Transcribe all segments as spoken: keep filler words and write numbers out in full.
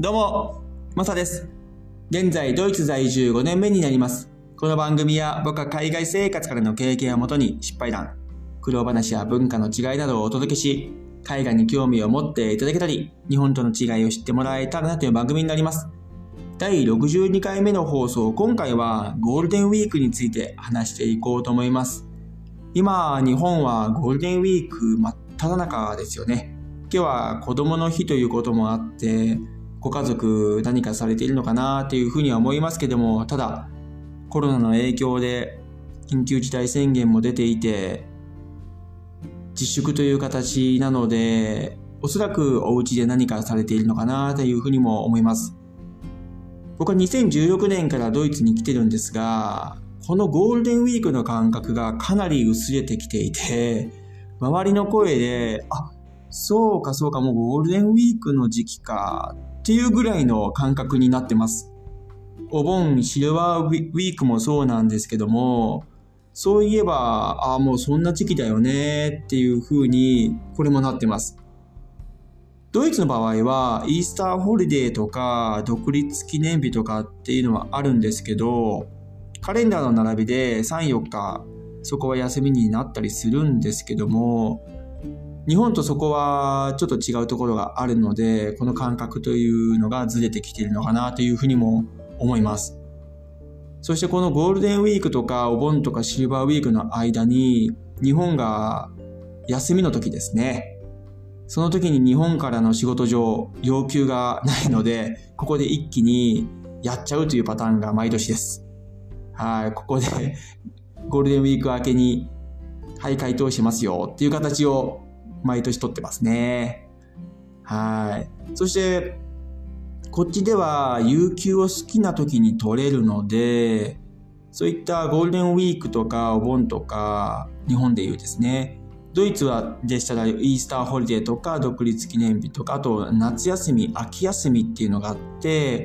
どうも、マサです。現在、ドイツ在住ごねんめになります。この番組は僕は海外生活からの経験をもとに失敗談、苦労話や文化の違いなどをお届けし、海外に興味を持っていただけたり、日本との違いを知ってもらえたらなという番組になります。だいろくじゅうにかいめの放送、今回はゴールデンウィークについて話していこうと思います。今、日本はゴールデンウィーク真っ只中ですよね。今日は子供の日ということもあって、ご家族何かされているのかなというふうには思いますけども、ただコロナの影響で緊急事態宣言も出ていて自粛という形なので、おそらくお家で何かされているのかなというふうにも思います。僕はにせんじゅうろくねんからドイツに来てるんですが、このゴールデンウィークの感覚がかなり薄れてきていて、周りの声であ、そうかそうかもうゴールデンウィークの時期かっていうぐらいの感覚になってます。お盆シルバーウィークもそうなんですけども、そういえばあもうそんな時期だよねっていう風にこれもなってます。ドイツの場合はイースターホリデーとか独立記念日とかっていうのはあるんですけど、カレンダーの並びでさん、よっかそこは休みになったりするんですけども、日本とそこはちょっと違うところがあるので、この感覚というのがずれてきているのかなというふうにも思います。そしてこのゴールデンウィークとかお盆とかシルバーウィークの間に日本が休みの時ですね。その時に日本からの仕事上要求がないので、ここで一気にやっちゃうというパターンが毎年です。はい、ここでゴールデンウィーク明けにはい回答しますよっていう形を毎年取ってますね。はい。そしてこっちでは有給を好きな時に取れるので、そういったゴールデンウィークとかお盆とか日本でいうですね、ドイツはでしたらイースターホリデーとか独立記念日とか、あと夏休み、秋休みっていうのがあって、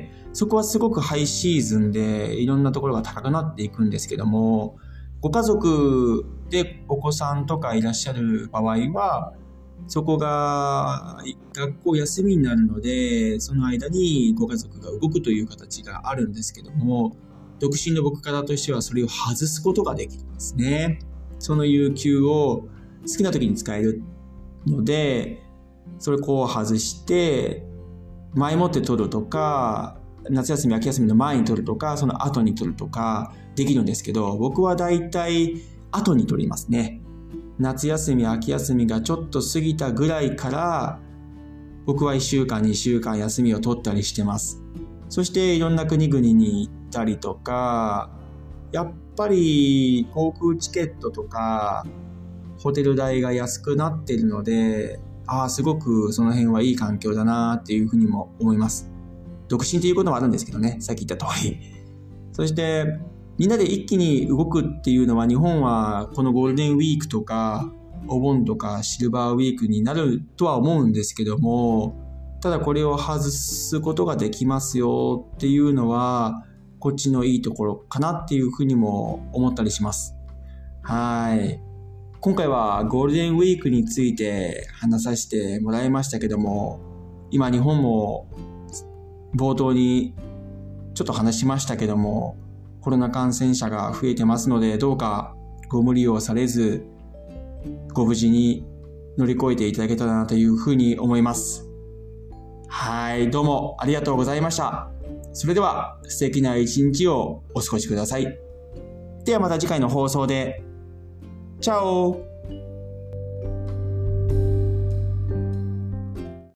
そこはすごくハイシーズンでいろんなところが高くなっていくんですけども、ご家族でお子さんとかいらっしゃる場合はそこが学校休みになるので、その間にご家族が動くという形があるんですけども、独身の僕からとしてはそれを外すことができるんですね。その有給を好きな時に使えるので、それをこう外して前もって取るとか、夏休み秋休みの前に取るとか、その後に取るとかできるんですけど、僕はだいたい後に取りますね。夏休み秋休みがちょっと過ぎたぐらいから僕はいっしゅうかんにしゅうかん休みを取ったりしてます。そしていろんな国々に行ったりとか、やっぱり航空チケットとかホテル代が安くなっているので、ああすごくその辺はいい環境だなっていうふうにも思います。独身ということもあるんですけどね、さっき言った通り。そしてみんなで一気に動くっていうのは、日本はこのゴールデンウィークとかお盆とかシルバーウィークになるとは思うんですけども、ただこれを外すことができますよっていうのはこっちのいいところかなっていうふうにも思ったりします。はい。今回はゴールデンウィークについて話させてもらいましたけども、今日本も冒頭にちょっと話しましたけども、コロナ感染者が増えてますので、どうかご無理をされずご無事に乗り越えていただけたらなというふうに思います。はい、どうもありがとうございました。それでは素敵な一日をお過ごしください。ではまた次回の放送で。チャオ。